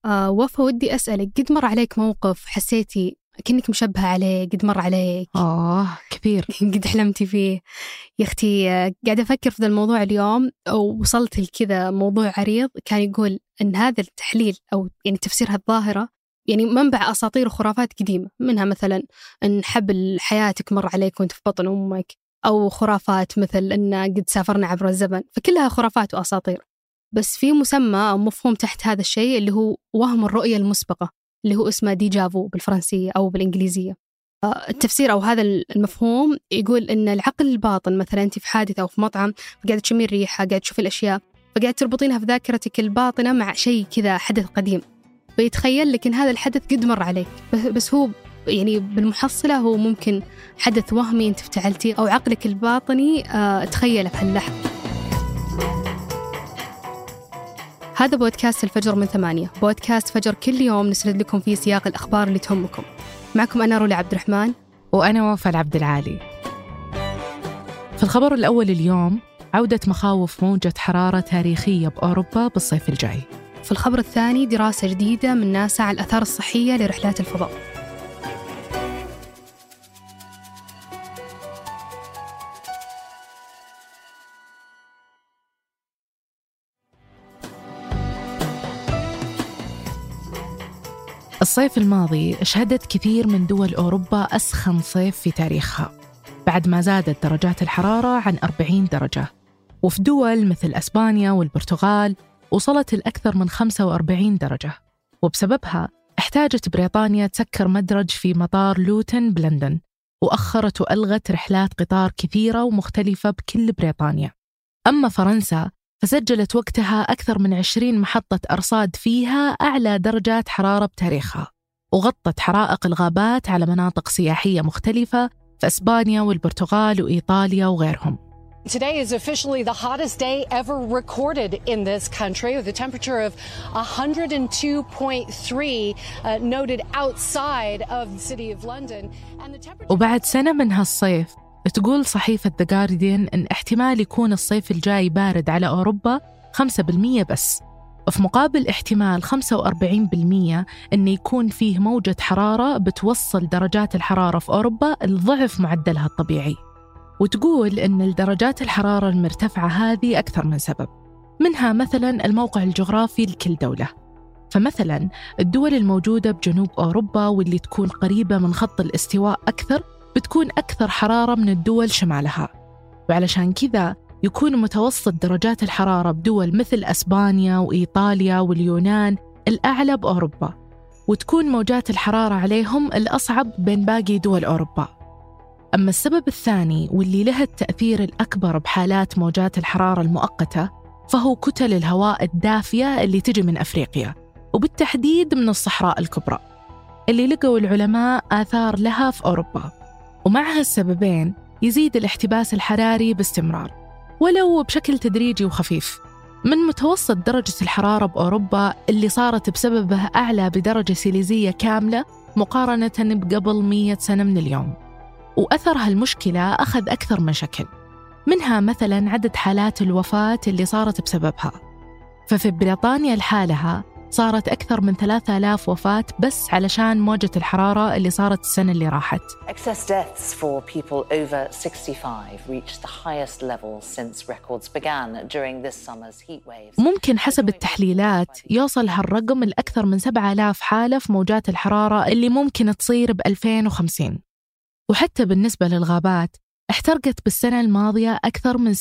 وفا، ودي أسألك، قد مر عليك موقف حسيتي كأنك مشبهة عليه؟ قد مر عليك؟ كثير. قد حلمتي فيه؟ يا أختي قاعدة أفكر في ذا الموضوع اليوم، ووصلت لكذا موضوع عريض كان يقول أن هذا التحليل أو يعني تفسير هالظاهرة يعني منبع أساطير وخرافات قديمة، منها مثلا أن حبل حياتك مر عليك وانت في بطن أمك، أو خرافات مثل أن قد سافرنا عبر الزمن، فكلها خرافات وأساطير. بس في مسمى أو مفهوم تحت هذا الشيء اللي هو وهم الرؤية المسبقة، اللي هو اسمه ديجافو بالفرنسية أو بالإنجليزية. التفسير أو هذا المفهوم يقول أن العقل الباطن، مثلا أنت في حادثة أو في مطعم قاعدة تشمين ريحة، قاعدة تشوفي الأشياء، فقاعدة تربطينها في ذاكرتك الباطنة مع شيء كذا حدث قديم، فيتخيل لك أن هذا الحدث قد مر عليك، بس هو يعني بالمحصلة هو ممكن حدث وهمي أنت افتعلتي أو عقلك الباطني تخيله في هاللحظة. هذا بودكاست الفجر من 8، بودكاست فجر كل يوم نسرد لكم فيه سياق الأخبار اللي تهمكم. معكم أنا رولا عبد الرحمن، وأنا وفاء العبد العالي. في الخبر الأول اليوم، عودة مخاوف موجة حرارة تاريخية بأوروبا بالصيف الجاي. في الخبر الثاني، دراسة جديدة من ناسا على الآثار الصحية لرحلات الفضاء. الصيف الماضي شهدت كثير من دول أوروبا أسخن صيف في تاريخها، بعد ما زادت درجات الحرارة عن 40 درجة، وفي دول مثل أسبانيا والبرتغال وصلت الأكثر من 45 درجة. وبسببها احتاجت بريطانيا تسكر مدرج في مطار لوتن بلندن، وأخرت وألغت رحلات قطار كثيرة ومختلفة بكل بريطانيا. أما فرنسا فسجلت وقتها أكثر من 20 محطة أرصاد فيها أعلى درجات حرارة بتاريخها، وغطت حرائق الغابات على مناطق سياحية مختلفة في إسبانيا والبرتغال وإيطاليا وغيرهم. Today is officially the hottest day ever recorded in this country, with a temperature of 102.3 noted outside of the city of London. وبعد سنة من هالصيف، تقول صحيفة The Guardian إن احتمال يكون الصيف الجاي بارد على أوروبا 5% بس، وفي مقابل احتمال 45% إن يكون فيه موجة حرارة بتوصل درجات الحرارة في أوروبا لضعف معدلها الطبيعي. وتقول إن الدرجات الحرارة المرتفعة هذه أكثر من سبب، منها مثلاً الموقع الجغرافي لكل دولة. فمثلاً الدول الموجودة بجنوب أوروبا واللي تكون قريبة من خط الاستواء أكثر بتكون أكثر حرارة من الدول شمالها، وعلشان كذا يكون متوسط درجات الحرارة بدول مثل أسبانيا وإيطاليا واليونان الأعلى بأوروبا، وتكون موجات الحرارة عليهم الأصعب بين باقي دول أوروبا. أما السبب الثاني واللي له التأثير الأكبر بحالات موجات الحرارة المؤقتة فهو كتل الهواء الدافية اللي تجي من أفريقيا، وبالتحديد من الصحراء الكبرى، اللي لقوا العلماء آثار لها في أوروبا. ومع هالسببين يزيد الاحتباس الحراري باستمرار، ولو بشكل تدريجي وخفيف، من متوسط درجة الحرارة بأوروبا اللي صارت بسببه أعلى بدرجة سيليزية كاملة مقارنة بقبل 100 سنة من اليوم. وأثر هالمشكلة أخذ أكثر من شكل، منها مثلاً عدد حالات الوفاة اللي صارت بسببها. ففي بريطانيا لحالها صارت أكثر من 3000 وفاة بس علشان موجة الحرارة اللي صارت السنة اللي راحت. Excess deaths for people over 65 reached the highest level since records began during this summer's heat waves. ممكن حسب التحليلات يوصل هالرقم لأكثر من 7000 حالة في موجات الحرارة اللي ممكن تصير ب2050. وحتى بالنسبة للغابات، احترقت بالسنة الماضية أكثر من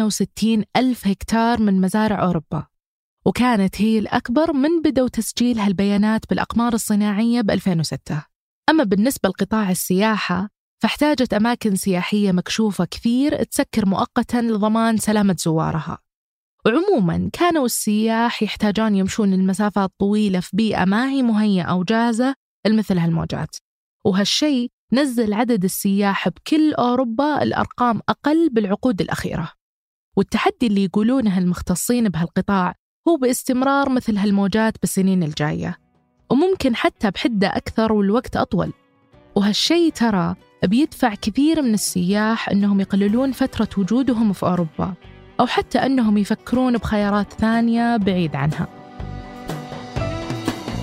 660 ألف هكتار من مزارع أوروبا، وكانت هي الأكبر من بدأوا تسجيل هالبيانات بالأقمار الصناعية ب2006. أما بالنسبة لقطاع السياحة، فاحتاجت أماكن سياحية مكشوفة كثير تسكر مؤقتاً لضمان سلامة زوارها. وعموماً كانوا السياح يحتاجون يمشون المسافات طويلة في بيئة ما هي مهيئة أو جاهزة لمثل هالموجات، وهالشيء نزل عدد السياح بكل أوروبا الأرقام أقل بالعقود الأخيرة. والتحدي اللي يقولونه المختصين بهالقطاع هو باستمرار مثل هالموجات بالسنين الجاية، وممكن حتى بحدة أكثر والوقت أطول. وهالشيء ترى بيدفع كثير من السياح أنهم يقللون فترة وجودهم في أوروبا، أو حتى أنهم يفكرون بخيارات ثانية بعيد عنها.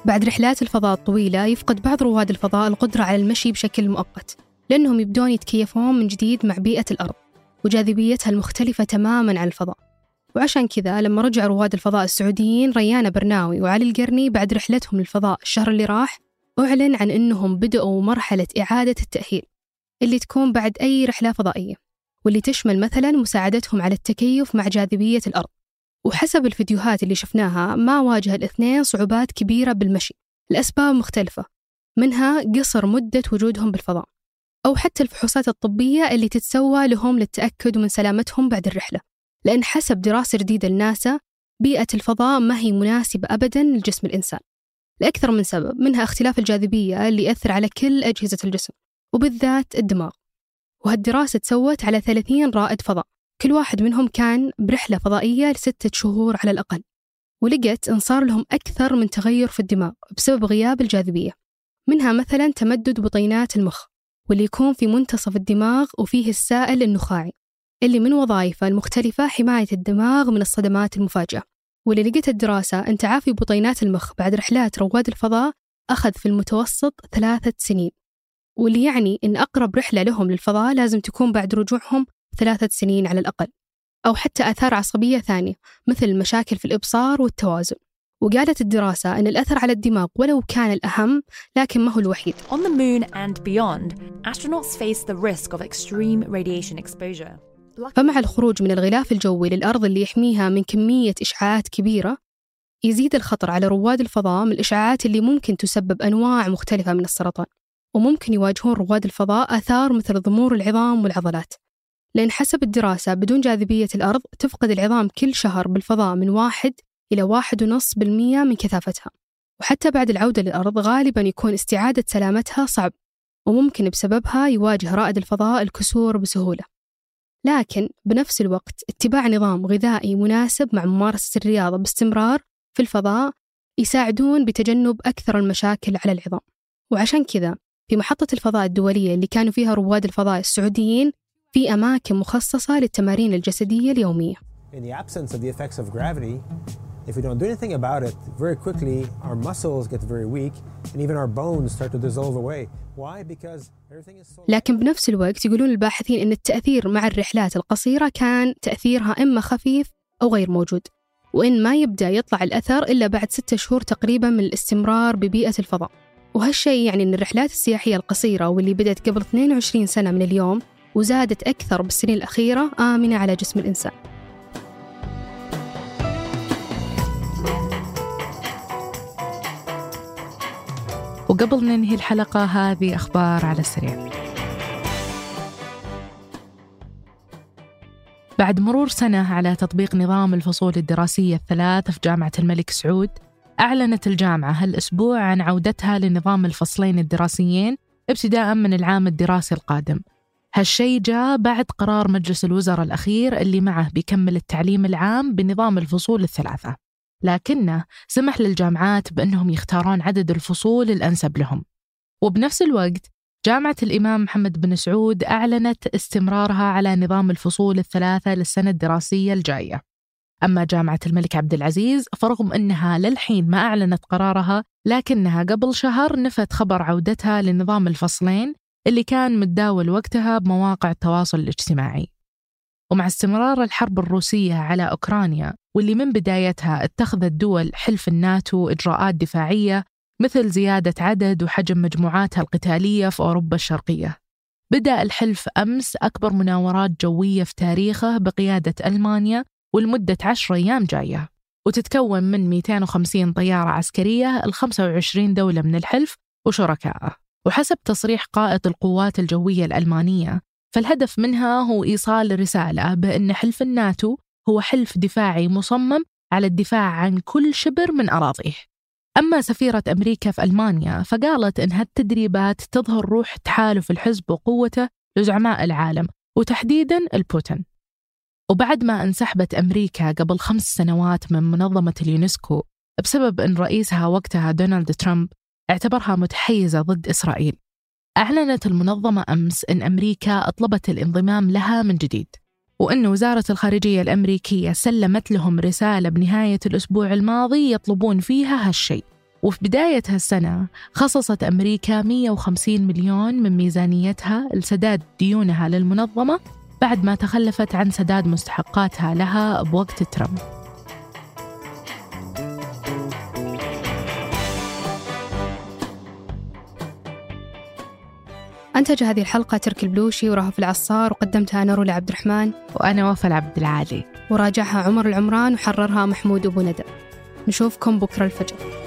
بعد رحلات الفضاء الطويلة يفقد بعض رواد الفضاء القدرة على المشي بشكل مؤقت، لأنهم يبدون يتكيفون من جديد مع بيئة الأرض وجاذبيتها المختلفة تماماً عن الفضاء. وعشان كذا لما رجع رواد الفضاء السعوديين ريان برناوي وعلي القرني بعد رحلتهم للفضاء الشهر اللي راح، أعلن عن أنهم بدأوا مرحلة إعادة التأهيل اللي تكون بعد أي رحلة فضائية، واللي تشمل مثلاً مساعدتهم على التكيف مع جاذبية الأرض. وحسب الفيديوهات اللي شفناها ما واجه الاثنين صعوبات كبيرة بالمشي لأسباب مختلفة، منها قصر مدة وجودهم بالفضاء، أو حتى الفحوصات الطبية اللي تتسوى لهم للتأكد من سلامتهم بعد الرحلة، لأن حسب دراسة جديدة لناسا بيئة الفضاء ما هي مناسبة أبداً لجسم الإنسان لأكثر من سبب، منها اختلاف الجاذبية اللي يأثر على كل أجهزة الجسم وبالذات الدماغ. وهالدراسة تسوت على 30 رائد فضاء، كل واحد منهم كان برحلة فضائية ل6 شهور على الأقل، ولقت إن صار لهم أكثر من تغير في الدماغ بسبب غياب الجاذبية، منها مثلاً تمدد بطينات المخ واللي يكون في منتصف الدماغ وفيه السائل النخاعي اللي من وظائفه المختلفة حماية الدماغ من الصدمات المفاجئة. واللي لقت الدراسة أن تعافي بطينات المخ بعد رحلات رواد الفضاء أخذ في المتوسط 3 سنين، واللي يعني أن أقرب رحلة لهم للفضاء لازم تكون بعد رجوعهم 3 سنين على الأقل، أو حتى آثار عصبية ثانية مثل المشاكل في الإبصار والتوازن. وقالت الدراسة أن الأثر على الدماغ ولو كان الأهم لكن ما هو الوحيد. On the moon and beyond, astronauts face the risk of extreme radiation exposure. فمع الخروج من الغلاف الجوي للأرض اللي يحميها من كمية إشعاعات كبيرة، يزيد الخطر على رواد الفضاء من الإشعاعات اللي ممكن تسبب أنواع مختلفة من السرطان، وممكن يواجهون رواد الفضاء آثار مثل ضمور العظام والعضلات، لأن حسب الدراسة بدون جاذبية الأرض تفقد العظام كل شهر بالفضاء من 1 إلى 1.5% من كثافتها، وحتى بعد العودة للأرض غالباً يكون استعادة سلامتها صعب، وممكن بسببها يواجه رائد الفضاء الكسور بسهولة. لكن بنفس الوقت اتباع نظام غذائي مناسب مع ممارسة الرياضة باستمرار في الفضاء يساعدون بتجنب أكثر المشاكل على العظام. وعشان كذا في محطة الفضاء الدولية اللي كانوا فيها رواد الفضاء السعوديين في أماكن مخصصة للتمارين الجسدية اليومية. In the absence of the effects of gravity, if we don't do anything about it, very quickly our muscles get very weak and even our bones start to dissolve away. Why? Because everything is so... لكن بنفس الوقت يقولون الباحثين إن التأثير مع الرحلات القصيرة كان تأثيرها إما خفيف أو غير موجود، وإن ما يبدأ يطلع الأثر إلا بعد 6 شهور تقريبا من الاستمرار ببيئة الفضاء. وهالشيء يعني إن الرحلات السياحية القصيرة واللي بدأت قبل 22 سنة من اليوم وزادت أكثر بالسنين الأخيرة آمنة على جسم الإنسان. وقبل ننهي الحلقة هذه أخبار على السريع. بعد مرور سنة على تطبيق نظام الفصول الدراسية الثلاث في جامعة الملك سعود، أعلنت الجامعة هالأسبوع عن عودتها لنظام الفصلين الدراسيين ابتداء من العام الدراسي القادم. هالشيء جاء بعد قرار مجلس الوزراء الأخير اللي معه بيكمل التعليم العام بنظام الفصول الثلاثة، لكنه سمح للجامعات بأنهم يختارون عدد الفصول الأنسب لهم. وبنفس الوقت جامعة الإمام محمد بن سعود أعلنت استمرارها على نظام الفصول الثلاثة للسنة الدراسية الجاية. أما جامعة الملك عبد العزيز فرغم أنها للحين ما أعلنت قرارها، لكنها قبل شهر نفت خبر عودتها لنظام الفصلين اللي كان متداول وقتها بمواقع التواصل الاجتماعي. ومع استمرار الحرب الروسية على أوكرانيا واللي من بدايتها اتخذت دول حلف الناتو إجراءات دفاعية مثل زيادة عدد وحجم مجموعاتها القتالية في أوروبا الشرقية، بدأ الحلف أمس أكبر مناورات جوية في تاريخه بقيادة ألمانيا ولمدة 10 أيام جاية، وتتكون من 250 طيارة عسكرية ل25 دولة من الحلف وشركائه. وحسب تصريح قائد القوات الجوية الألمانية فالهدف منها هو إيصال رسالة بأن حلف الناتو هو حلف دفاعي مصمم على الدفاع عن كل شبر من أراضيه. أما سفيرة أمريكا في ألمانيا فقالت إن هالتدريبات تظهر روح تحالف الحزب وقوته لزعماء العالم وتحديداً البوتين. وبعد ما انسحبت أمريكا قبل 5 سنوات من منظمة اليونسكو بسبب أن رئيسها وقتها دونالد ترامب اعتبرها متحيزة ضد إسرائيل، أعلنت المنظمة أمس أن أمريكا أطلبت الانضمام لها من جديد، وأن وزارة الخارجية الأمريكية سلمت لهم رسالة بنهاية الأسبوع الماضي يطلبون فيها هالشيء، وفي بداية هالسنة خصصت أمريكا 150 مليون من ميزانيتها لسداد ديونها للمنظمة بعد ما تخلفت عن سداد مستحقاتها لها بوقت ترامب. أنتج هذه الحلقة تركي البلوشي ورهف العصار، وقدمتها أنا رولا عبد الرحمن، وأنا وفاء عبد العالي، وراجعها عمر العمران، وحررها محمود أبو ندى. نشوفكم بكرة الفجر.